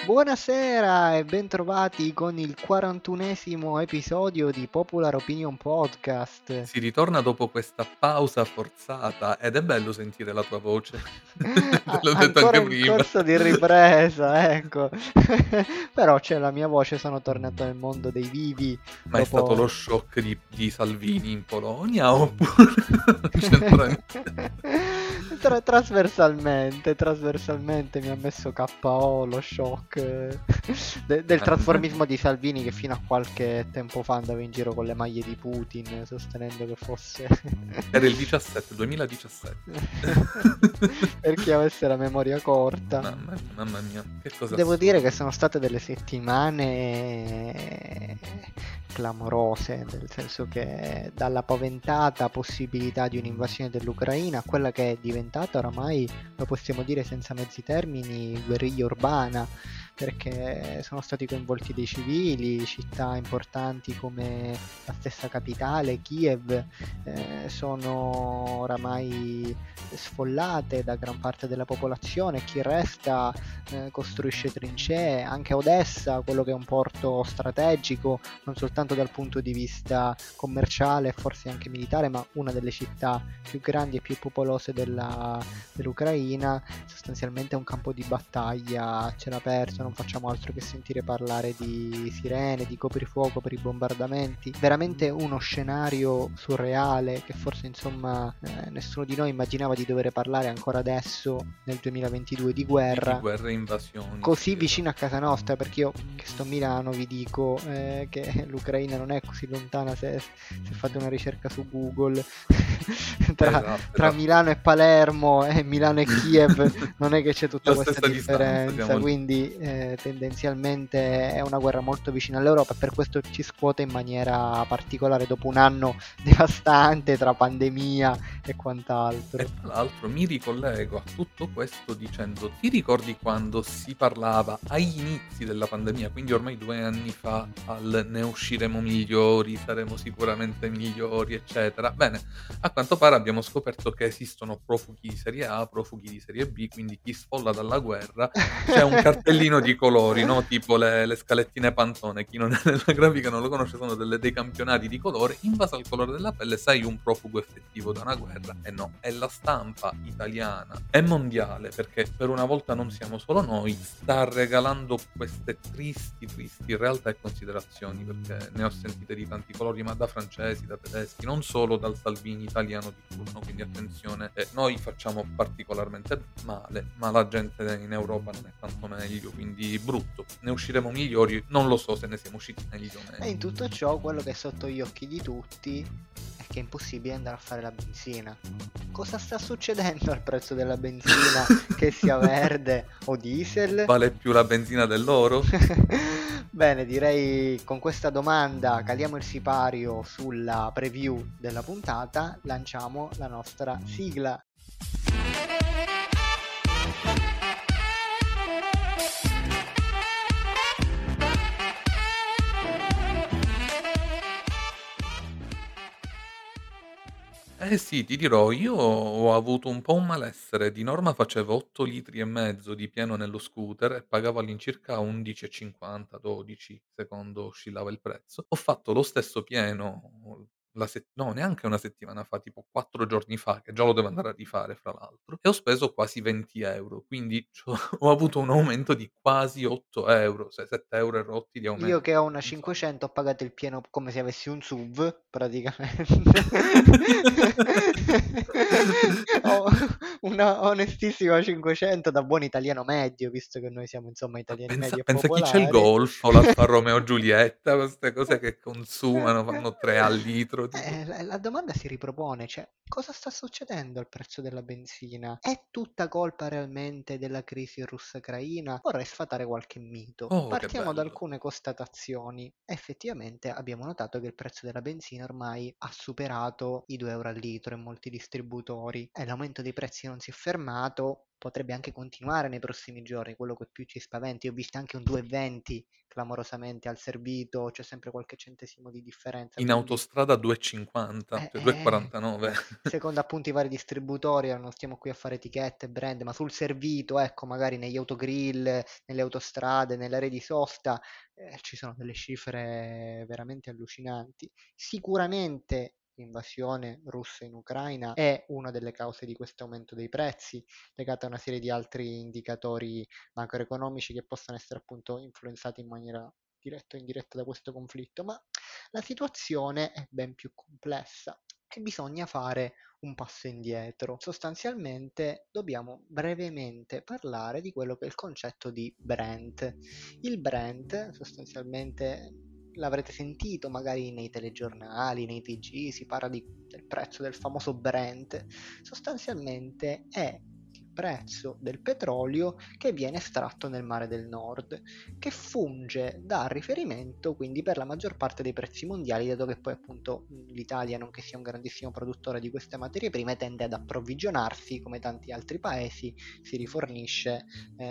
Buonasera e bentrovati con il 41esimo episodio di Popular Opinion Podcast. Si ritorna dopo questa pausa forzata ed è bello sentire la tua voce. Te l'ho detto Ancora anche in prima. corso di ripresa, ecco. Però c'è la mia voce, sono tornato nel mondo dei vivi Ma è stato dopo... lo shock di Salvini in Polonia oppure non c'entra niente? Trasversalmente mi ha messo KO lo shock del Eh, trasformismo di Salvini, che fino a qualche tempo fa andava in giro con le maglie di Putin sostenendo che fosse Era il 17, 2017. per chi avesse la memoria corta. Mamma mia, che cosa Devo dire che assurda. sono state delle settimane clamorose, nel senso che dalla paventata possibilità di un'invasione dell'Ucraina a quella che è diventata oramai, lo possiamo dire senza mezzi termini, guerriglia urbana, perché sono stati coinvolti dei civili, città importanti come la stessa capitale, Kiev, sono oramai sfollate da gran parte della popolazione, chi resta costruisce trincee, anche Odessa, quello che è un porto strategico, non soltanto dal punto di vista commerciale e forse anche militare, ma una delle città più grandi e più popolose dell'Ucraina, sostanzialmente è un campo di battaglia a cielo aperto, non facciamo altro che sentire parlare di sirene, di coprifuoco per i bombardamenti, veramente uno scenario surreale che forse insomma nessuno di noi immaginava di dover parlare ancora adesso nel 2022 di Di guerra guerre e invasioni, così sì, vicino a esatto. casa nostra, perché io che sto a Milano vi dico che l'Ucraina non è così lontana se fate una ricerca su Google tra, Esatto, tra esatto. Milano e Palermo e Milano e Kiev non è che c'è tutta La questa stessa distanza, differenza, siamo lì. quindi tendenzialmente è una guerra molto vicina all'Europa e per questo ci scuote in maniera particolare dopo un anno devastante tra pandemia e E quant'altro. tra l'altro mi ricollego a tutto questo dicendo: ti ricordi quando si parlava agli inizi della pandemia, quindi ormai 2 anni fa, al "ne usciremo migliori, saremo sicuramente migliori", eccetera. Bene, a quanto pare abbiamo scoperto che esistono profughi di serie A, profughi di serie B, quindi chi sfolla dalla guerra c'è un cartellino di colori, no, tipo le scalettine Pantone, chi non è nella grafica non lo conosce, sono dei campionati di colore, in base al colore della pelle sei un profugo effettivo da una guerra e no. E la stampa italiana e mondiale, perché per una volta non siamo solo noi, sta regalando queste tristi, tristi realtà e considerazioni, perché ne ho sentite di tanti colori, ma da francesi, da tedeschi, non solo dal Salvini italiano di turno, quindi attenzione, noi facciamo particolarmente male, ma la gente in Europa non è tanto meglio, quindi brutto. Ne usciremo migliori? Non lo so se ne siamo usciti meglio o E meno. in tutto ciò, quello che è sotto gli occhi di tutti è che è impossibile andare a fare la benzina. Cosa sta succedendo al prezzo della benzina, che sia verde o diesel? Vale più la benzina dell'oro? Bene, direi con questa domanda caliamo il sipario sulla preview della puntata, lanciamo la nostra sigla. Eh sì, ti dirò, io ho avuto un po' un malessere. Di norma facevo 8 litri e mezzo di pieno nello scooter e pagavo all'incirca 11,50, 12 secondo oscillava il prezzo. Ho fatto lo stesso pieno no, neanche una settimana fa, tipo 4 giorni fa, che già lo devo andare a rifare fra l'altro, e ho speso quasi 20 €, quindi ho avuto un aumento di quasi 8 €, 7 € e rotti di Io che aumento. ho una Insomma. 500 ho pagato il pieno come se avessi un SUV, praticamente. Ho una onestissima 500 da buon italiano medio, visto che noi siamo insomma Ma italiani pensa medi e pensa chi c'ha il popolari. Golf o l'Alfa Romeo Giulietta, queste cose che consumano, fanno 3 al litro tipo. La domanda si ripropone, cioè, cosa sta succedendo al prezzo della benzina? È tutta colpa realmente della crisi russa-ucraina? Vorrei sfatare qualche mito. Oh, che Partiamo da bello. alcune constatazioni. Effettivamente abbiamo notato che il prezzo della benzina ormai ha superato i 2 euro al litro in molti distributori e l'aumento dei prezzi non si è fermato. potrebbe anche continuare nei prossimi giorni, quello che più ci spaventa. Io ho visto anche un 2,20 clamorosamente al servito, c'è sempre qualche centesimo di differenza, In quindi autostrada 2,50, eh, cioè eh, 2,49. secondo appunto i vari distributori, ora non stiamo qui a fare etichette, brand, ma sul servito, ecco, magari negli autogrill, nelle autostrade, nelle aree di sosta, ci sono delle cifre veramente allucinanti. Sicuramente l'invasione russa in Ucraina è una delle cause di questo aumento dei prezzi, legata a una serie di altri indicatori macroeconomici che possono essere appunto influenzati in maniera diretta o indiretta da questo conflitto, ma la situazione è ben più complessa e bisogna fare un passo indietro. Sostanzialmente dobbiamo brevemente parlare di quello che è il concetto di Brent. Il Brent sostanzialmente l'avrete sentito magari nei telegiornali, nei TG, si parla del prezzo del famoso Brent. Sostanzialmente è il prezzo del petrolio che viene estratto nel mare del nord, che funge da riferimento quindi per la maggior parte dei prezzi mondiali, dato che poi appunto l'Italia, non che sia un grandissimo produttore di queste materie prime, tende ad approvvigionarsi come tanti altri paesi, si rifornisce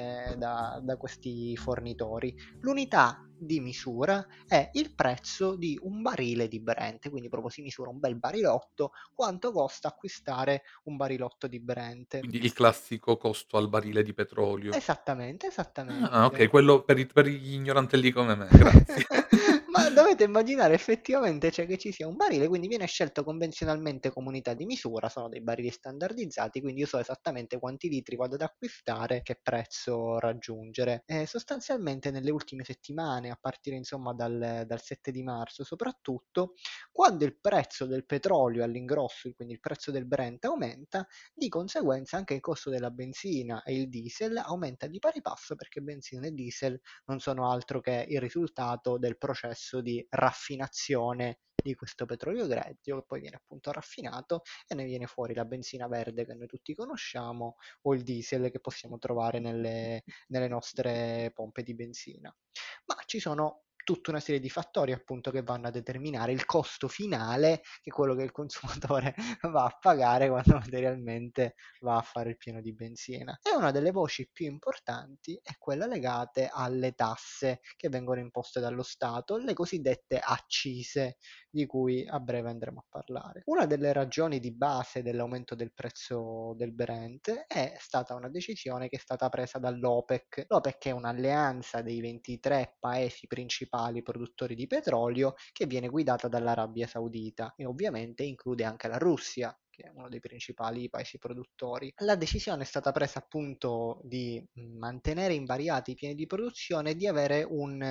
da questi fornitori. L'unità di misura è il prezzo di un barile di Brent, quindi proprio si misura un bel barilotto, quanto costa acquistare un barilotto di Brent. Quindi il classico costo al barile di petrolio. Esattamente, Ah, okay, esattamente. quello per gli ignorantelli come me, grazie. Ma dovete immaginare effettivamente, cioè, che ci sia un barile, quindi viene scelto convenzionalmente come unità di misura, sono dei barili standardizzati, quindi io so esattamente quanti litri vado ad acquistare, che prezzo raggiungere. Sostanzialmente nelle ultime settimane, a partire insomma dal 7 di marzo soprattutto, quando il prezzo del petrolio all'ingrosso, quindi il prezzo del Brent aumenta, di conseguenza anche il costo della benzina e il diesel aumenta di pari passo, perché benzina e diesel non sono altro che il risultato del processo di raffinazione di questo petrolio greggio, che poi viene appunto raffinato e ne viene fuori la benzina verde che noi tutti conosciamo o il diesel che possiamo trovare nelle nostre pompe di benzina. Ma ci sono tutta una serie di fattori appunto che vanno a determinare il costo finale, che è quello che il consumatore va a pagare quando materialmente va a fare il pieno di benzina. E una delle voci più importanti è quella legate alle tasse che vengono imposte dallo Stato, le cosiddette accise, di cui a breve andremo a parlare. Una delle ragioni di base dell'aumento del prezzo del Brent è stata una decisione che è stata presa dall'OPEC. L'OPEC è un'alleanza dei 23 paesi principali produttori di petrolio che viene guidata dall'Arabia Saudita e ovviamente include anche la Russia, che è uno dei principali paesi produttori. La decisione è stata presa appunto di mantenere invariati i piani di produzione e di avere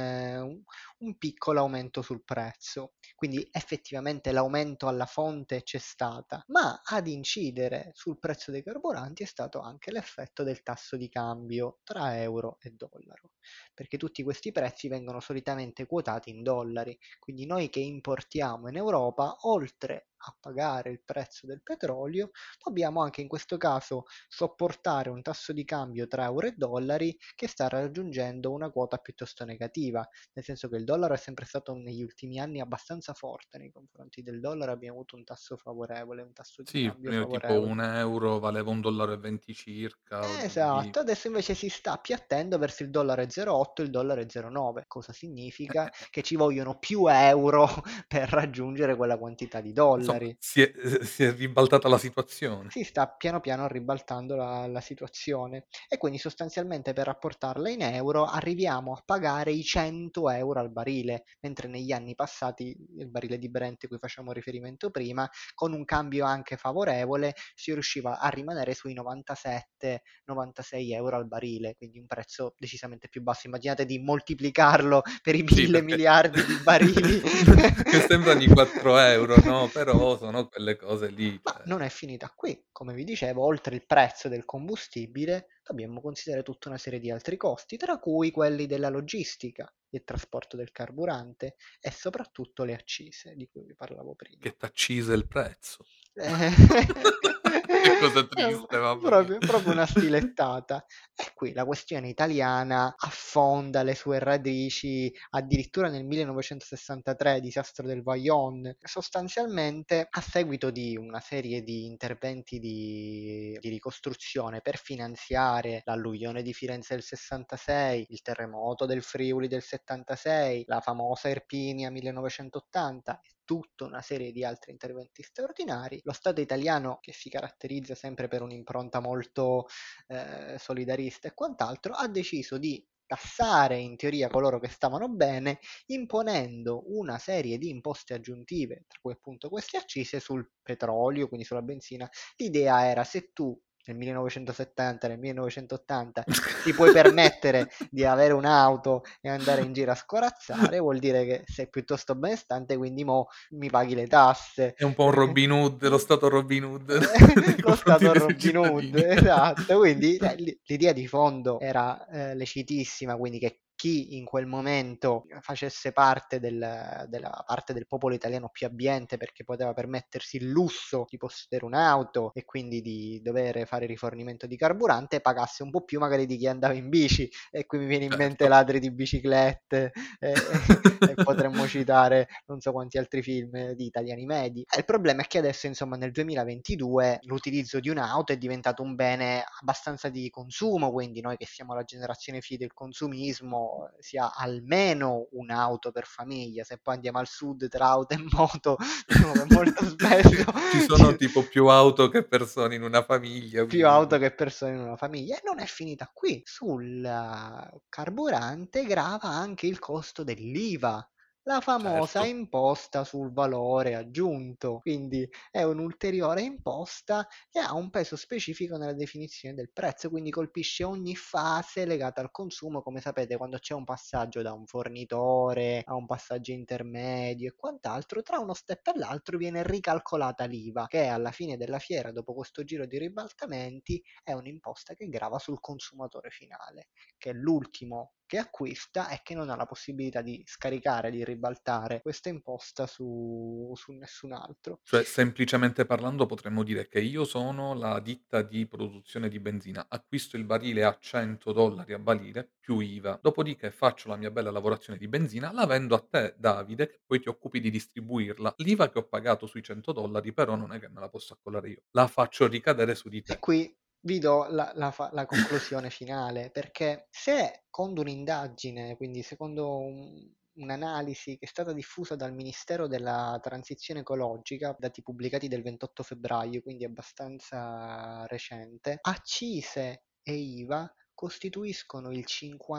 un piccolo aumento sul prezzo. Quindi effettivamente l'aumento alla fonte c'è stata, ma ad incidere sul prezzo dei carburanti è stato anche l'effetto del tasso di cambio tra euro e dollaro, perché tutti questi prezzi vengono solitamente quotati in dollari. Quindi noi che importiamo in Europa, oltre a pagare il prezzo del petrolio, dobbiamo anche in questo caso sopportare un tasso di cambio tra euro e dollari che sta raggiungendo una quota piuttosto negativa, nel senso che il dollaro è sempre stato negli ultimi anni abbastanza forte nei confronti del dollaro, abbiamo avuto un tasso favorevole, un tasso di Sì, cambio prima tipo favorevole. 1 € valeva 1,20 $ circa, oggi Esatto, adesso invece si sta appiattendo verso il dollaro e 0,8, il dollaro e 0,9. Cosa significa? Che ci vogliono più euro per raggiungere quella quantità di insomma dollari. si è ribaltata la situazione. Si sta piano piano ribaltando la situazione e quindi sostanzialmente per rapportarla in euro arriviamo a pagare i 100 euro al barile, mentre negli anni passati il barile di Brent cui facciamo riferimento prima, con un cambio anche favorevole, si riusciva a rimanere sui 97-96 euro al barile, quindi un prezzo decisamente più basso. Immaginate di moltiplicarlo per i Sì, mille perché miliardi di barili. che sembrano i 4 €, no, però sono quelle cose lì, Ma cioè non è finita qui, come vi dicevo, oltre il prezzo del combustibile dobbiamo considerare tutta una serie di altri costi, tra cui quelli della logistica, il trasporto del carburante e soprattutto le accise di cui vi parlavo prima. che t'accisa il prezzo. Eh, Che cosa triste, mamma mia. Proprio una stilettata. E qui la questione italiana affonda le sue radici addirittura nel 1963, disastro del Vajont. Sostanzialmente, a seguito di una serie di interventi di ricostruzione per finanziare l'alluvione di Firenze del 66, il terremoto del Friuli del 76, la famosa Irpinia 1980 e tutta una serie di altri interventi straordinari, lo Stato italiano, che si caratterizza sempre per un'impronta molto solidarista e quant'altro, ha deciso di tassare in teoria coloro che stavano bene, imponendo una serie di imposte aggiuntive, tra cui appunto queste accise sul petrolio, quindi sulla benzina. L'idea era: se tu nel 1970, nel 1980 ti puoi permettere di avere un'auto e andare in giro a scorazzare, vuol dire che sei piuttosto benestante, quindi mo mi paghi le tasse. È un po' un Robin Hood, lo stato Robin Hood nei Lo confronti stato dei suoi Robin Hood, cittadini. esatto. Quindi l'idea di fondo era lecitissima, quindi che chi in quel momento facesse parte della parte del popolo italiano più abbiente, perché poteva permettersi il lusso di possedere un'auto e quindi di dover fare rifornimento di carburante, pagasse un po' più magari di chi andava in bici. E qui mi viene in mente Certo. Ladri di biciclette, e potremmo citare non so quanti altri film di italiani medi. Il problema è che adesso, insomma, nel 2022 l'utilizzo di un'auto è diventato un bene abbastanza di consumo, quindi noi che siamo la generazione figlia del consumismo, si ha almeno un'auto per famiglia. Se poi andiamo al sud tra auto e moto, diciamo che molto spesso Ci sono ci tipo più auto che persone in una famiglia, più quindi auto che persone in una famiglia. E non è finita qui. Sul carburante grava anche il costo dell'IVA, la famosa certo. imposta sul valore aggiunto. Quindi è un'ulteriore imposta e ha un peso specifico nella definizione del prezzo, quindi colpisce ogni fase legata al consumo. Come sapete, quando c'è un passaggio da un fornitore a un passaggio intermedio e quant'altro, tra uno step e l'altro viene ricalcolata l'IVA, che alla fine della fiera, dopo questo giro di ribaltamenti, è un'imposta che grava sul consumatore finale, che è l'ultimo che acquista e che non ha la possibilità di scaricare, di ribaltare questa imposta su nessun altro. Cioè, semplicemente parlando, potremmo dire che io sono la ditta di produzione di benzina, acquisto il barile a $100 a barile più IVA, dopodiché faccio la mia bella lavorazione di benzina, la vendo a te, Davide, che poi ti occupi di distribuirla. L'IVA che ho pagato sui $100 però non è che me la posso accollare io, la faccio ricadere su di E te. qui vi do la conclusione finale, perché se secondo un'indagine, quindi secondo un'analisi che è stata diffusa dal Ministero della Transizione Ecologica, dati pubblicati del 28 febbraio, quindi abbastanza recente, accise e IVA costituiscono il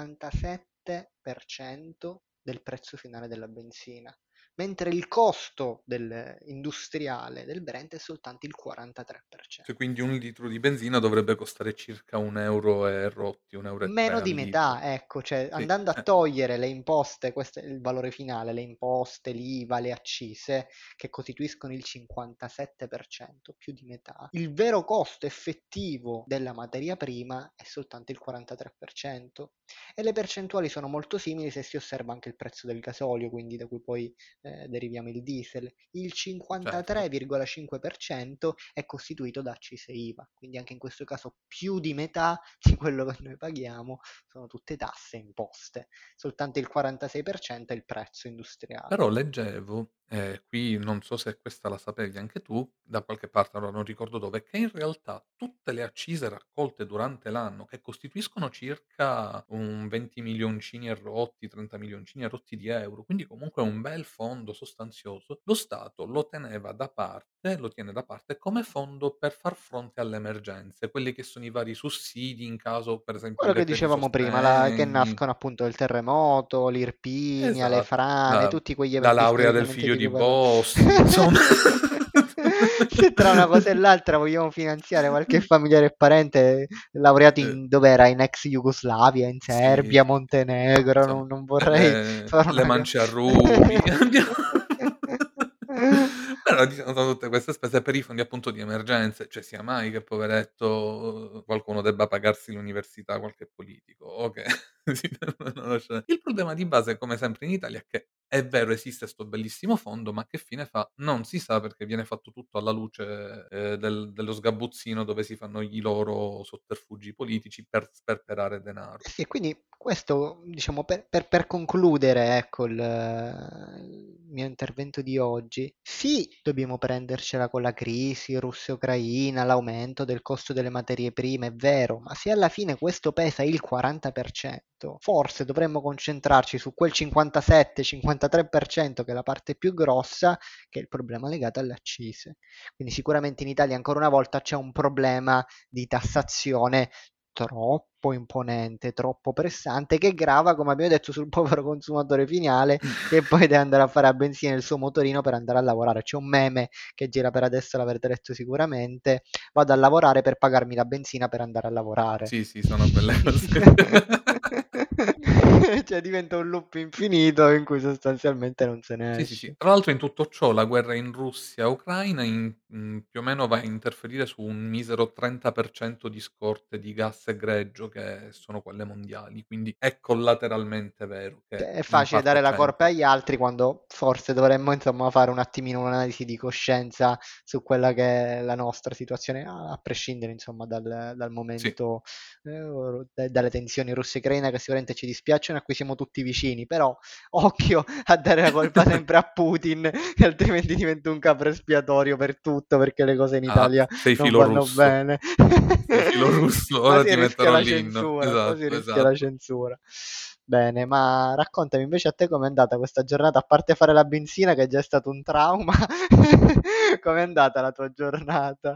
57% del prezzo finale della benzina, mentre il costo industriale del Brent è soltanto il 43%. Cioè, quindi 1 litro di benzina dovrebbe costare circa 1 € e rotti, 1,3 € Meno al di litro. metà, ecco, cioè Sì, andando a togliere le imposte, questo è il valore finale, le imposte, l'IVA, le accise, che costituiscono il 57%, più di metà, il vero costo effettivo della materia prima è soltanto il 43%. E le percentuali sono molto simili se si osserva anche il prezzo del gasolio, quindi da cui poi deriviamo il diesel. Il certo. 53,5% è costituito da accise e IVA, quindi anche in questo caso più di metà di quello che noi paghiamo sono tutte tasse e imposte, soltanto il 46% è il prezzo industriale. Però leggevo, qui non so se questa la sapevi anche tu, da qualche parte, ora non ricordo dove, che in realtà tutte le accise raccolte durante l'anno, che costituiscono circa un 20 milioncini e rotti, 30 milioncini e rotti di euro, quindi comunque un bel fondo sostanzioso, lo Stato lo teneva da parte, lo tiene da parte come fondo per far fronte alle emergenze, quelli che sono i vari sussidi in caso, per esempio, il Quello che decreto dicevamo prima, che sostegni. nascono appunto il terremoto, l'Irpinia, le Esatto, frane, la tutti quegli la eventi laurea del storicamente figlio di rilevanti. Bossi, insomma. Se tra una cosa e l'altra vogliamo finanziare qualche familiare e parente laureato Ehm, in dov'era? In ex Jugoslavia, in sì, Serbia, sì, Montenegro, insomma, non vorrei fare le una mance a Ruby, abbiamo però diciamo sono tutte queste spese per i fondi appunto di emergenze, cioè sia mai che poveretto qualcuno debba pagarsi l'università, qualche politico o che si debbano lasciare il problema di base come sempre in Italia è che è vero esiste sto bellissimo fondo, ma che fine fa? Non si sa perché viene fatto tutto alla luce, dello sgabuzzino dove si fanno i loro sotterfugi politici per sperperare denaro. Sì, e quindi questo, diciamo, per concludere, ecco, il mio intervento di oggi, sì, dobbiamo prendercela con la crisi Russia-Ucraina, l'aumento del costo delle materie prime, è vero, ma se alla fine questo pesa il 40%, forse dovremmo concentrarci su quel 57-53% che è la parte più grossa, che è il problema legato alle accise. Quindi sicuramente in Italia ancora una volta c'è un problema di tassazione troppo imponente, troppo pressante, che grava, come abbiamo detto, sul povero consumatore finale che poi deve andare a fare a benzina il suo motorino per andare a lavorare. C'è un meme che gira per adesso, l'avrete letto sicuramente: vado a lavorare per pagarmi la benzina per andare a lavorare. Sì, sì, sono quelle cose. Cioè diventa un loop infinito in cui sostanzialmente non se ne Sì, sì, sì. esce. Tra l'altro in tutto ciò la guerra in Russia-Ucraina più o meno va a interferire su un misero 30% di scorte di gas e greggio che sono quelle mondiali, quindi è collateralmente vero che È in facile parte dare la colpa c'entra. agli altri quando forse dovremmo insomma fare un attimino un'analisi di coscienza su quella che è la nostra situazione, a prescindere insomma dal Sì. momento, dalle tensioni russo-ucraina, che sicuramente ci dispiacciono, a cui siamo tutti vicini, però occhio a dare la colpa sempre a Putin, che altrimenti diventa un capro espiatorio per tutto, perché le cose in Ah, Italia sei non filorusso. vanno bene. Sei filorusso, ora Quasi ti rischia metterò la l'inno. censura, quasi Esatto, rischia la esatto. censura. Bene, ma raccontami invece a te com'è andata questa giornata, a parte fare la benzina che è già stato un trauma, com'è andata la tua giornata?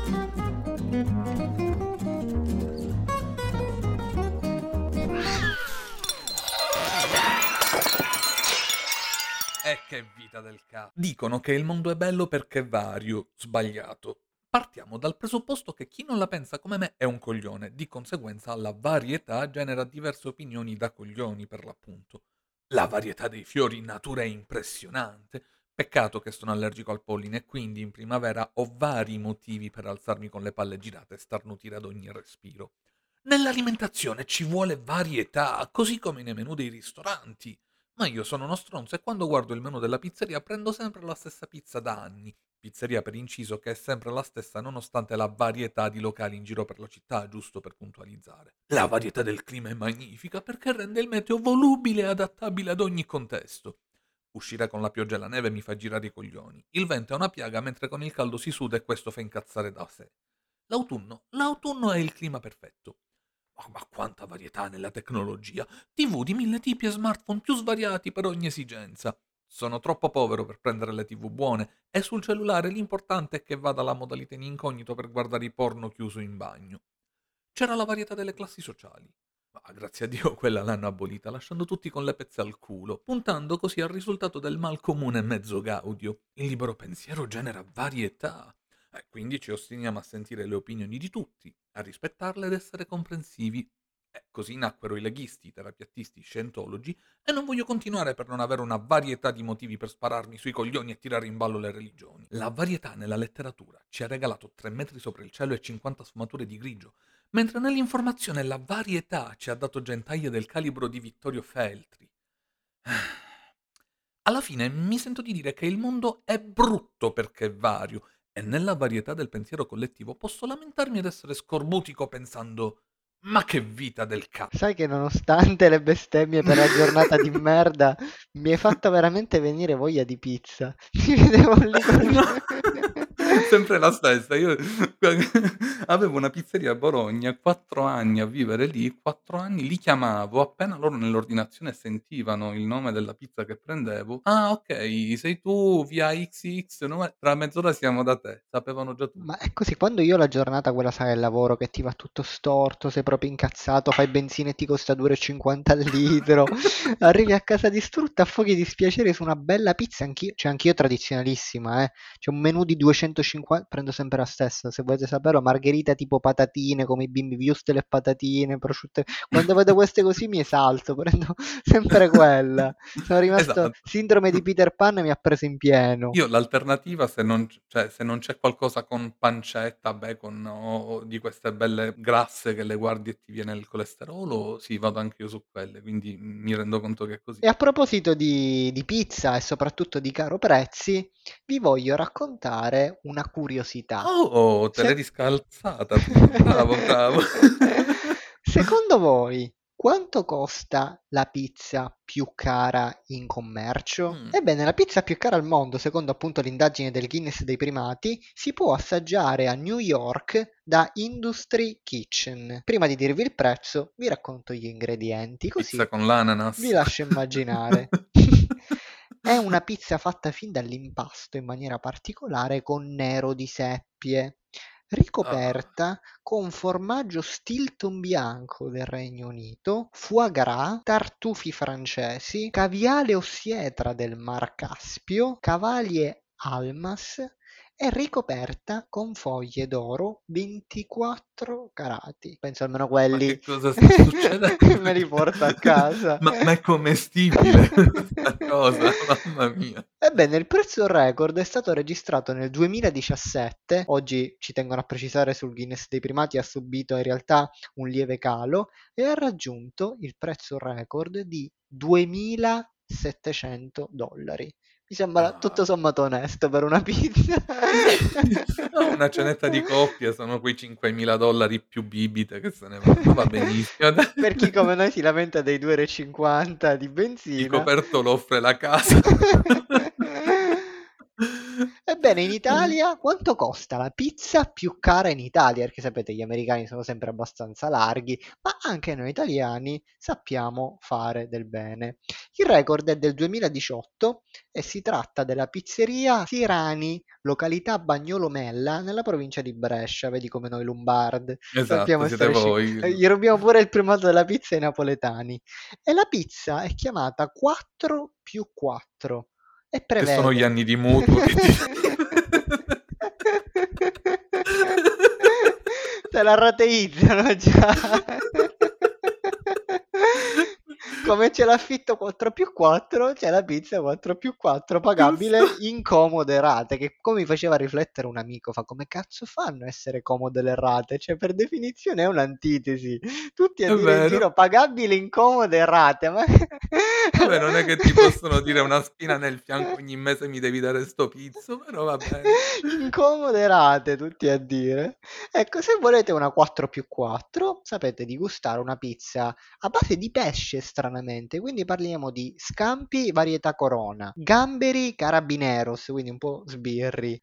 E che vita del Dicono che il mondo è bello perché è vario. Sbagliato. Partiamo dal presupposto che chi non la pensa come me è un coglione, di conseguenza la varietà genera diverse opinioni da coglioni per l'appunto. La varietà dei fiori in natura è impressionante. Peccato che sono allergico al polline e quindi in primavera ho vari motivi per alzarmi con le palle girate e starnutire ad ogni respiro. Nell'alimentazione ci vuole varietà, così come nei menù dei ristoranti. Ma io sono uno stronzo e quando guardo il menù della pizzeria prendo sempre la stessa pizza da anni. Pizzeria per inciso che è sempre la stessa nonostante la varietà di locali in giro per la città, giusto per puntualizzare. La varietà del clima è magnifica perché rende il meteo volubile e adattabile ad ogni contesto. Uscire con la pioggia e la neve mi fa girare i coglioni. Il vento è una piaga mentre con il caldo si suda e questo fa incazzare da sé. L'autunno è il clima perfetto. Ma quanta varietà nella tecnologia! TV di 1000 tipi e smartphone più svariati per ogni esigenza. Sono troppo povero per prendere le TV buone e sul cellulare l'importante è che vada la modalità in incognito per guardare i porno chiuso in bagno. C'era la varietà delle classi sociali. Ma grazie a Dio quella l'hanno abolita, lasciando tutti con le pezze al culo, puntando così al risultato del mal comune mezzo gaudio. Il libero pensiero genera varietà. Quindi ci ostiniamo a sentire le opinioni di tutti, a rispettarle ed essere comprensivi. Così nacquero i leghisti, i terapiattisti, i scientologi, e non voglio continuare per non avere una varietà di motivi per spararmi sui coglioni e tirare in ballo le religioni. La varietà nella letteratura ci ha regalato 3 metri sopra il cielo e 50 sfumature di grigio, mentre nell'informazione la varietà ci ha dato gentaglie del calibro di Vittorio Feltri. Alla fine mi sento di dire che il mondo è brutto perché è vario e nella varietà del pensiero collettivo posso lamentarmi ed essere scorbutico pensando ma che vita del Sai che nonostante le bestemmie per la giornata di merda, mi hai fatto veramente venire voglia di pizza. Ti vedevo lì No, con... sempre la stessa. Io avevo una pizzeria a Bologna, 4 anni a vivere lì, 4 anni li chiamavo, appena loro nell'ordinazione sentivano il nome della pizza che prendevo: "Ah okay, sei tu via XX, tra mezz'ora siamo da te." Sapevano già Ma tutto. è così, quando io ho la giornata quella sai del lavoro che ti va tutto storto, sei proprio incazzato, fai benzina e ti costa 2,50 € al litro, arrivi a casa distrutta, affoghi di dispiacere su una bella pizza, anch'io, cioè anch'io tradizionalissima, c'è un menù di 150, prendo sempre la stessa, se volete saperlo, margherita tipo patatine, come i bimbi, wurstel e patatine, prosciutto. Quando vedo queste così mi esalto, prendo sempre quella. Sono rimasto, Esatto. sindrome di Peter Pan mi ha preso in pieno. Io l'alternativa se non c cioè se non c'è qualcosa con pancetta, bacon o di queste belle grasse che le guardi e ti viene il colesterolo, sì, vado anch'io su quelle, quindi mi rendo conto che è così. E a proposito di pizza e soprattutto di caro prezzi, vi voglio raccontare una curiosità. Oh, te l'hai Se- riscalzata tu, bravo, bravo. Secondo voi quanto costa la pizza più cara in commercio? Mh. Ebbene, la pizza più cara al mondo, secondo appunto l'indagine del Guinness dei primati, si può assaggiare a New York da Industry Kitchen. Prima di dirvi il prezzo, vi racconto gli ingredienti, Pizza così con vi l'ananas. lascio immaginare. È una pizza fatta fin dall'impasto in maniera particolare con nero di seppie, Ah, ricoperta con formaggio Stilton bianco del Regno Unito, foie gras, tartufi francesi, caviale o sietra del Mar Caspio, cavaglie almas e ricoperta con foglie d'oro 24 carati. Penso almeno ma quelli che cosa sta succedendo? me li porto a casa. Ma è commestibile questa cosa? Mamma mia. Ebbene, il prezzo record è stato registrato nel 2017, oggi ci tengono a precisare sul Guinness dei primati ha subito in realtà un lieve calo e ha raggiunto il prezzo record di 2.700 dollari. Mi sembra tutto Ah. sommato onesto per una pizza. No, una cenetta di coppia sono quei $5.000 più bibite che se ne vanno, va benissimo dai. Per chi come noi si lamenta dei 2,50 € di Il benzina. coperto lo offre la casa. Ebbene, in Italia quanto costa la pizza più cara in Italia? Perché sapete, gli americani sono sempre abbastanza larghi, ma anche noi italiani sappiamo fare del bene. Il record è del 2018 e si tratta della pizzeria Sirani, località Bagnolo Mella, nella provincia di Brescia. Vedi come noi Lombard sappiamo Esatto, siete essere voi. gli rubiamo pure il primato della pizza ai napoletani. E la pizza è chiamata 4 più 4 e Che sono gli prevede anni di mutuo che ti te la rateizzano già. Come c'è l'affitto 4 più 4, c'è la pizza 4 più 4 giusto, pagabile in comode rate, che come mi faceva riflettere un amico, fa: "Come cazzo fanno a essere comode le rate? Cioè per definizione è un'antitesi. Tutti a è dire in vero. giro pagabile in comode rate, ma Vabbè, non è che ti possono dire una spina nel fianco ogni mese mi devi dare 'sto pizzo, però va bene. Incomoderate tutti a dire. Ecco, se volete una 4 più 4, sapete di gustare una pizza a base di pesce stranamente, quindi parliamo di scampi varietà Corona, gamberi carabineros, quindi un po' sbirri.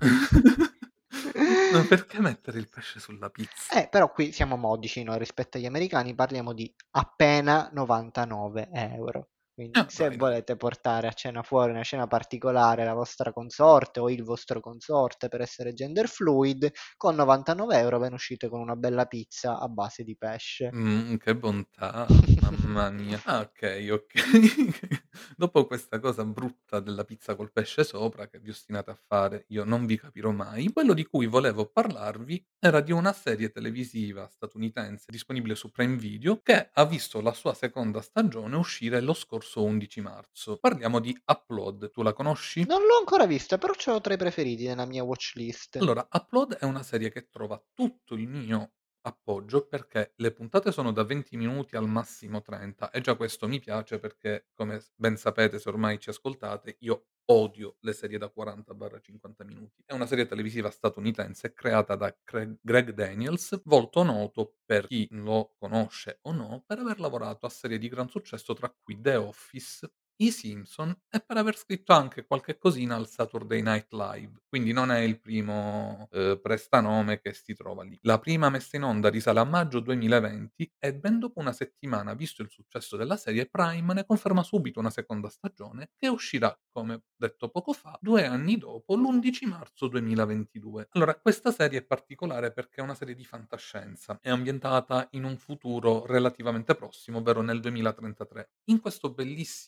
Ma perché mettere il pesce sulla pizza? Però qui siamo modici noi rispetto agli americani, parliamo di appena 99 €. Quindi se Vai dai. volete portare a cena fuori, una cena particolare, la vostra consorte o il vostro consorte per essere gender fluid, con 99 € ve ne uscite con una bella pizza a base di pesce. Che bontà, mamma mia. Ah, okay, okay. Dopo questa cosa brutta della pizza col pesce sopra che vi ostinate a fare, io non vi capirò mai, quello di cui volevo parlarvi era di una serie televisiva statunitense disponibile su Prime Video che ha visto la sua seconda stagione uscire lo scorso 11 marzo. Parliamo di Upload, tu la conosci? Non l'ho ancora vista, però ce l'ho tra i preferiti nella mia watchlist. Allora, Upload è una serie che trova tutto il mio appoggio perché le puntate sono da 20 minuti al massimo 30 e già questo mi piace perché, come ben sapete se ormai ci ascoltate, io odio le serie da 40/50 minuti. È una serie televisiva statunitense creata da Greg Daniels, volto noto, per chi lo conosce o no, per aver lavorato a serie di gran successo tra cui The Office, i Simpson e per aver scritto anche qualche cosina al Saturday Night Live, quindi non è il primo, prestanome che si trova lì. La prima messa in onda risale a maggio 2020 e ben dopo una settimana, visto il successo della serie, Prime ne conferma subito una seconda stagione che uscirà, come detto poco fa, 2 anni dopo, l'11 marzo 2022. Allora, questa serie è particolare perché è una serie di fantascienza, è ambientata in un futuro relativamente prossimo, ovvero nel 2033. In questo bellissimo futuro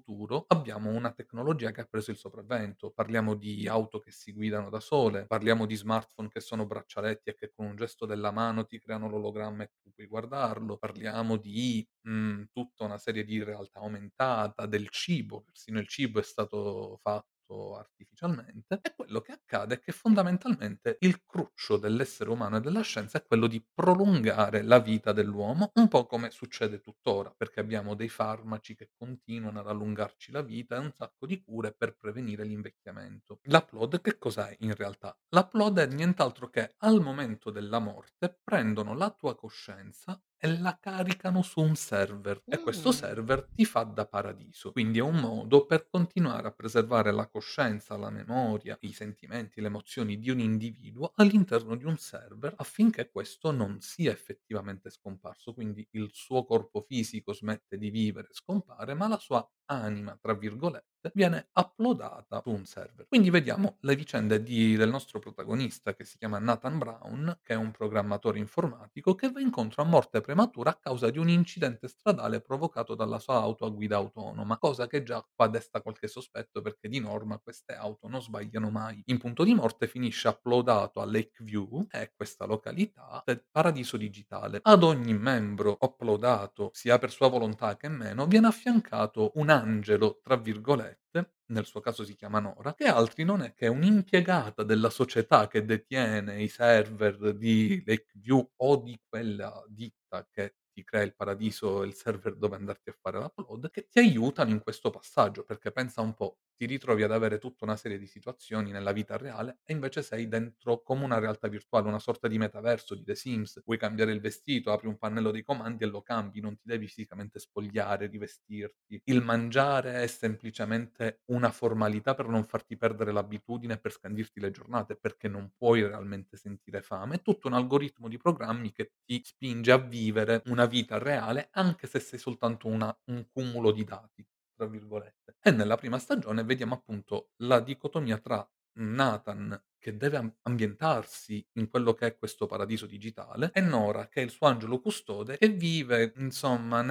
futuro abbiamo una tecnologia che ha preso il sopravvento. Parliamo di auto che si guidano da sole, parliamo di smartphone che sono braccialetti e che con un gesto della mano ti creano l'ologramma e tu puoi guardarlo, parliamo di, tutta una serie di realtà aumentata, del cibo, persino il cibo è stato fatto artificialmente, e quello che accade è che fondamentalmente il cruccio dell'essere umano e della scienza è quello di prolungare la vita dell'uomo, un po' come succede tuttora, perché abbiamo dei farmaci che continuano ad allungarci la vita e un sacco di cure per prevenire l'invecchiamento. L'upload che cos'è in realtà? L'upload è nient'altro che al momento della morte prendono la tua coscienza e la caricano su un server e questo Mm. server ti fa da paradiso. Quindi è un modo per continuare a preservare la coscienza, la memoria, i sentimenti, le emozioni di un individuo all'interno di un server affinché questo non sia effettivamente scomparso. Quindi il suo corpo fisico smette di vivere, scompare, ma la sua anima, tra virgolette, viene uploadata su un server. Quindi vediamo le vicende del nostro protagonista che si chiama Nathan Brown, che è un programmatore informatico che va incontro a morte prematura a causa di un incidente stradale provocato dalla sua auto a guida autonoma, cosa che già qua desta qualche sospetto perché di norma queste auto non sbagliano mai. In punto di morte finisce uploadato a Lakeview, che è questa località del paradiso digitale. Ad ogni membro uploadato, sia per sua volontà che meno, viene affiancato un angelo, tra virgolette, nel suo caso si chiama Nora, che altri non è che un'impiegata della società che detiene i server di Lakeview o di quella ditta che ti crea il paradiso e il server dove andarti a fare l'upload, che ti aiutano in questo passaggio, perché pensa un po', ti ritrovi ad avere tutta una serie di situazioni nella vita reale e invece sei dentro come una realtà virtuale, una sorta di metaverso di The Sims. Vuoi cambiare il vestito, apri un pannello dei comandi e lo cambi, non ti devi fisicamente spogliare, rivestirti. Il mangiare è semplicemente una formalità per non farti perdere l'abitudine e per scandirti le giornate, perché non puoi realmente sentire fame. È tutto un algoritmo di programmi che ti spinge a vivere una vita reale, anche se sei soltanto un "cumulo di dati", tra virgolette. E nella prima stagione vediamo appunto la dicotomia tra Nathan che deve ambientarsi in quello che è questo paradiso digitale e Nora che è il suo angelo custode che vive insomma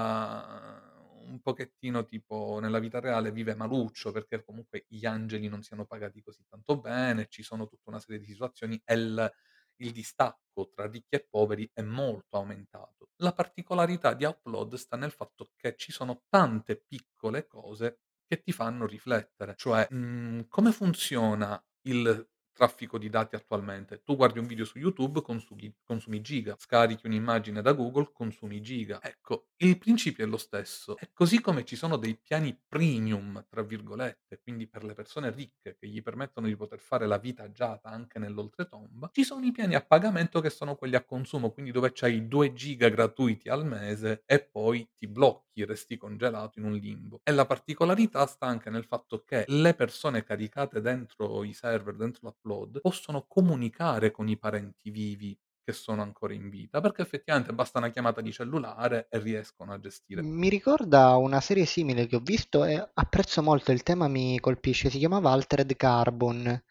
nella un pochettino tipo nella vita reale vive maluccio, perché comunque gli angeli non siano pagati così tanto bene, ci sono tutta una serie di situazioni e il distacco tra ricchi e poveri è molto aumentato. La particolarità di Upload sta nel fatto che ci sono tante piccole cose che ti fanno riflettere, cioè, come funziona il traffico di dati attualmente? Tu guardi un video su YouTube, consumi giga, scarichi un'immagine da Google, consumi giga. Ecco, il principio è lo stesso e così come ci sono dei piani "premium" tra virgolette, quindi per le persone ricche che gli permettono di poter fare la vita agiata anche nell'oltretomba, ci sono i piani a pagamento che sono quelli a consumo, quindi dove c'hai 2 giga gratuiti al mese e poi ti blocchi, resti congelato in un limbo. E la particolarità sta anche nel fatto che le persone caricate dentro i server, dentro l'upload, possono comunicare con i parenti vivi che sono ancora in vita, perché effettivamente basta una chiamata di cellulare e riescono a gestire Mi ricorda una serie simile che ho visto e apprezzo molto, il tema mi colpisce, si chiamava Altered Carbon.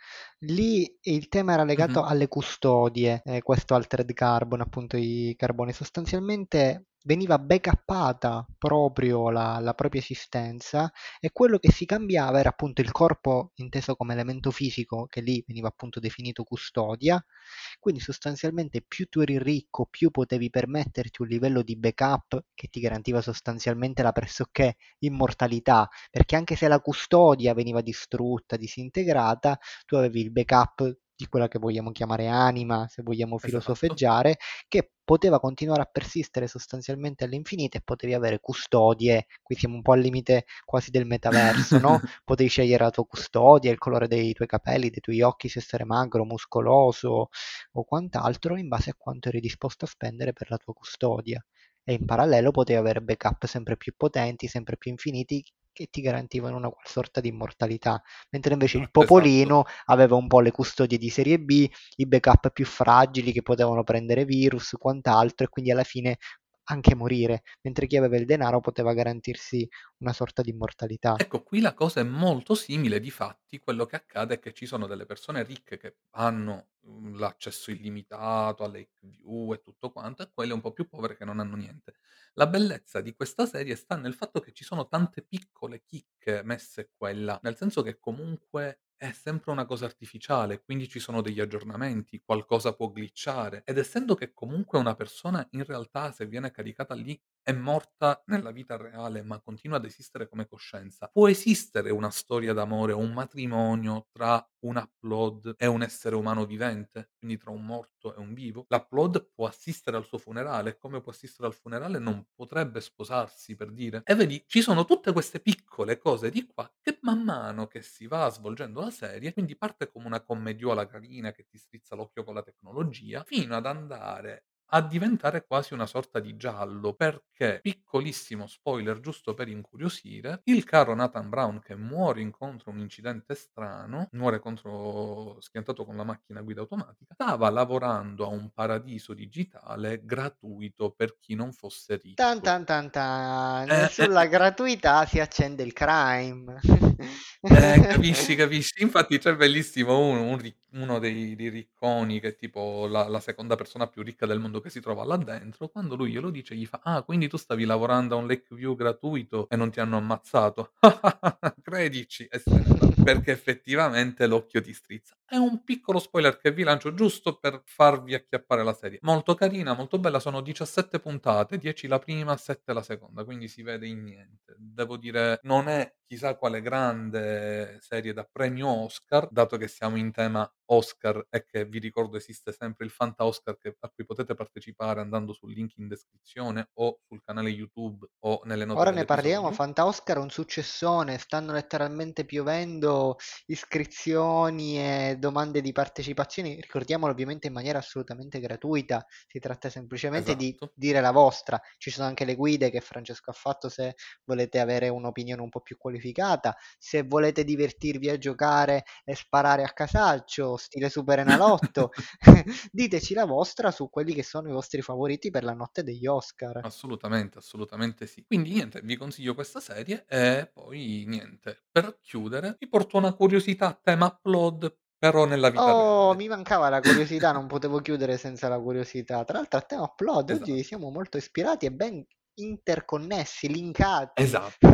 Lì il tema era mh-mh, legato alle custodie, questo Altered Carbon, appunto i carboni, sostanzialmente veniva backuppata proprio la propria esistenza e quello che si cambiava era appunto il corpo inteso come elemento fisico, che lì veniva appunto definito custodia, quindi sostanzialmente più tu eri ricco, più potevi permetterti un livello di backup che ti garantiva sostanzialmente la pressoché immortalità, perché anche se la custodia veniva distrutta, disintegrata, tu avevi il backup di quella che vogliamo chiamare anima, se vogliamo esatto. filosofeggiare, che poteva continuare a persistere sostanzialmente all'infinito e potevi avere custodie, qui siamo un po' al limite quasi del metaverso, no? Potevi scegliere la tua custodia, il colore dei tuoi capelli, dei tuoi occhi, se essere magro, muscoloso, o quant'altro in base a quanto eri disposto a spendere per la tua custodia. E in parallelo potevi avere backup sempre più potenti, sempre più infiniti, che ti garantivano una qual sorta di immortalità, mentre invece il Esatto. popolino aveva un po' le custodie di serie B, i backup più fragili che potevano prendere virus, quant'altro, e quindi alla fine anche morire, mentre chi aveva il denaro poteva garantirsi una sorta di immortalità. Ecco, qui la cosa è molto simile, difatti quello che accade è che ci sono delle persone ricche che hanno, l'accesso illimitato alle View e tutto quanto, e quelle un po' più povere che non hanno niente. La bellezza di questa serie sta nel fatto che ci sono tante piccole chicche messe qua e là, nel senso che comunque è sempre una cosa artificiale, quindi ci sono degli aggiornamenti, qualcosa può glitchare ed essendo che comunque una persona in realtà se viene caricata lì è morta nella vita reale, ma continua ad esistere come coscienza. Può esistere una storia d'amore o un matrimonio tra un upload e un essere umano vivente, quindi tra un morto e un vivo. L'upload può assistere al suo funerale, come può assistere al funerale non potrebbe sposarsi, per dire. E vedi, ci sono tutte queste piccole cose di qua che man mano che si va svolgendo la serie, quindi parte come una commediola carina che ti strizza l'occhio con la tecnologia, fino ad andare a diventare quasi una sorta di giallo, perché, piccolissimo spoiler giusto per incuriosire, il caro Nathan Brown che muore incontro un incidente strano, muore contro schiantato con la macchina a guida automatica, stava lavorando a un paradiso digitale gratuito per chi non fosse Tan ricco. tan tan tan. Eh, eh, Sulla eh. gratuità si accende il crime. Capisci, capisci. Infatti c'è bellissimo uno dei ricconi che è tipo la seconda persona più ricca del mondo che si trova là dentro, quando lui glielo dice gli fa: "Ah, quindi tu stavi lavorando a un Lakeview gratuito e non ti hanno ammazzato?" Credici, e se ne va, perché effettivamente l'occhio ti strizza. È un piccolo spoiler che vi lancio giusto per farvi acchiappare la serie. Molto carina, molto bella, sono 17 puntate, 10 la prima, 7 la seconda, quindi si vede in niente. Devo dire, non è chissà quale grande serie da premio Oscar, dato che siamo in tema Oscar e che vi ricordo esiste sempre il Fanta Oscar a cui potete partecipare andando sul link in descrizione o sul canale YouTube o nelle note Ora ne parliamo, dell'episodio. Fanta Oscar è un successone, stanno letteralmente piovendo iscrizioni e domande di partecipazioni, ricordiamolo ovviamente in maniera assolutamente gratuita, si tratta semplicemente di Esatto. dire la vostra, ci sono anche le guide che Francesco ha fatto se volete avere un'opinione un po' più qualificata, se volete divertirvi a giocare e sparare a casaccio, stile Super Enalotto, diteci la vostra su quelli che sono i vostri favoriti per la notte degli Oscar. Assolutamente, assolutamente sì. Quindi niente, vi consiglio questa serie e poi niente, per chiudere vi porto una curiosità a tema upload, però nella vita Oh, reale. mi mancava la curiosità, non potevo chiudere senza la curiosità. Tra l'altro a tema Upload oggi Esatto, siamo molto ispirati e ben interconnessi, linkati. esatto.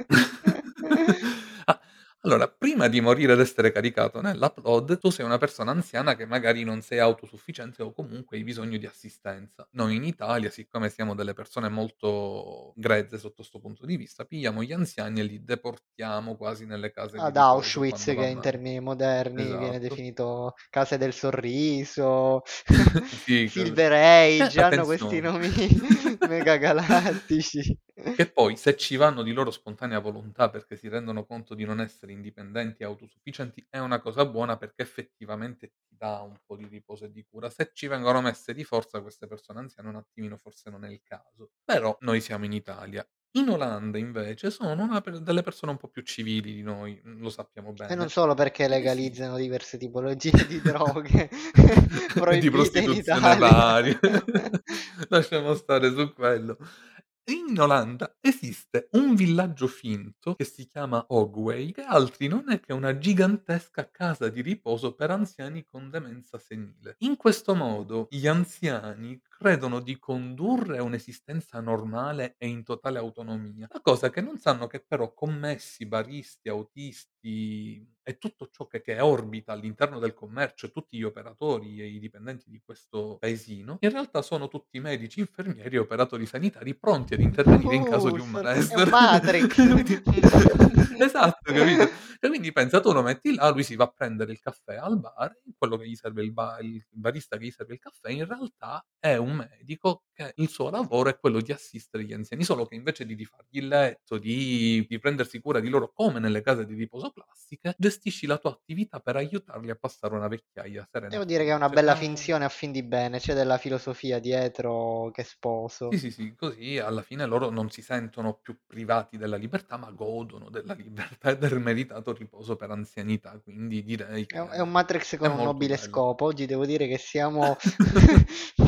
Ah, allora, prima di morire ed essere caricato nell'upload, tu sei una persona anziana che magari non sei autosufficiente o comunque hai bisogno di assistenza. Noi in Italia, siccome siamo delle persone molto grezze sotto 'sto punto di vista, pigliamo gli anziani e li deportiamo quasi nelle case di Ad riposo Auschwitz, quando va che in male. termini moderni viene Esatto. definito Case del Sorriso, Sì, Silver Age, hanno questi attenzione. nomi mega galattici. Che poi se ci vanno di loro spontanea volontà perché si rendono conto di non essere indipendenti e autosufficienti, è una cosa buona perché effettivamente ti dà un po' di riposo e di cura. Se ci vengono messe di forza queste persone anziane un attimino forse non è il caso. Però noi siamo in Italia. In Olanda invece sono delle persone un po' più civili di noi, lo sappiamo E non bene. solo perché Ed esiste legalizzano diverse tipologie di droghe di proibite in prostituzione Italia. varie. Lasciamo stare su quello. In Olanda esiste un villaggio finto che si chiama Hogway, che altri non è che una gigantesca casa di riposo per anziani con demenza senile. In questo modo gli anziani credono di condurre un'esistenza normale e in totale autonomia. La cosa che non sanno che però commessi, baristi, autisti e tutto ciò che orbita all'interno del commercio, tutti gli operatori e i dipendenti di questo paesino, in realtà sono tutti medici, infermieri e operatori sanitari pronti ad intervenire in caso di un È un malessere. Matrix. Quindi esatto, capito? E quindi pensa tu lo metti là, lui si va a prendere il caffè al bar, quello che gli serve il barista che gli serve il caffè in realtà è un medico che il suo lavoro è quello di assistere gli anziani, solo che invece di rifargli il letto, di prendersi cura di loro come nelle case di riposo classiche, gestisci la tua attività per aiutarli a passare una vecchiaia serena Devo e dire che è una felice. bella finzione a fin di bene, c'è della filosofia dietro che Sì, sposo. sì, sì, così alla fine loro non si sentono più privati della libertà, ma godono della libertà e del meritato riposo per anzianità, quindi direi È che un Matrix è con un molto nobile bello. scopo. Oggi devo dire che siamo mo-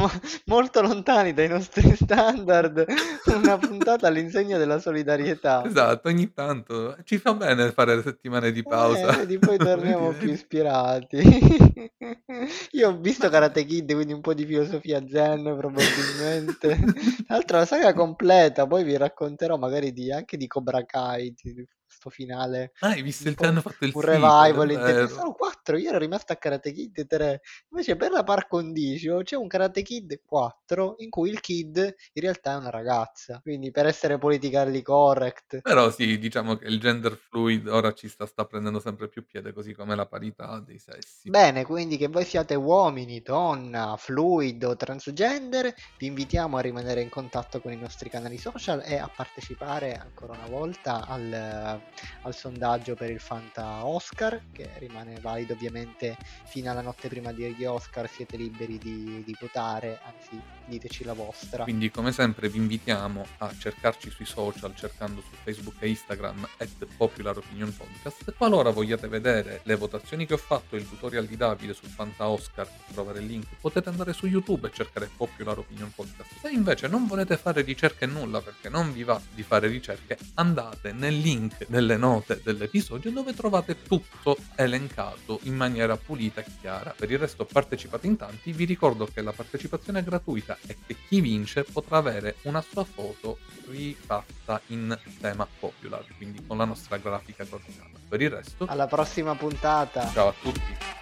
molto lontani dai nostri standard, una puntata all'insegna della solidarietà. Esatto, ogni tanto ci fa bene fare le settimane di pausa. Vedi, poi Vedi, torniamo più vedi? ispirati. Io ho visto Ma Karate Kid, quindi un po' di filosofia zen probabilmente. Tra l'altro la saga completa, poi vi racconterò magari anche di Cobra Kai, di questo finale, hai visto un il po' hanno fatto il un sequel, è revival vero. sono 4, io ero rimasto a Karate Kid 3. Invece per la par condicio c'è un Karate Kid 4 in cui il kid in realtà è una ragazza, quindi per essere politically correct. Però sì, diciamo che il gender fluid ora sta prendendo sempre più piede, così come la parità dei sessi. Bene, quindi che voi siate uomini, donna, fluido, transgender, vi invitiamo a rimanere in contatto con i nostri canali social e a partecipare ancora una volta al sondaggio per il Fanta Oscar, che rimane valido ovviamente fino alla notte prima degli Oscar, siete liberi di votare, anzi diteci la vostra. Quindi come sempre vi invitiamo a cercarci sui social cercando su Facebook e Instagram @popularopinionpodcast. Qualora vogliate vedere le votazioni che ho fatto e il tutorial di Davide sul Fanta Oscar, per trovare il link potete andare su YouTube e cercare Popular Opinion Podcast. Se invece non volete fare ricerche e nulla perché non vi va di fare ricerche, andate nel link delle note dell'episodio dove trovate tutto elencato in maniera pulita e chiara. Per il resto partecipate in tanti, vi ricordo che la partecipazione è gratuita e che chi vince potrà avere una sua foto rifatta in tema popular, quindi con la nostra grafica coordinata. Per il resto, Alla prossima puntata! ciao a tutti!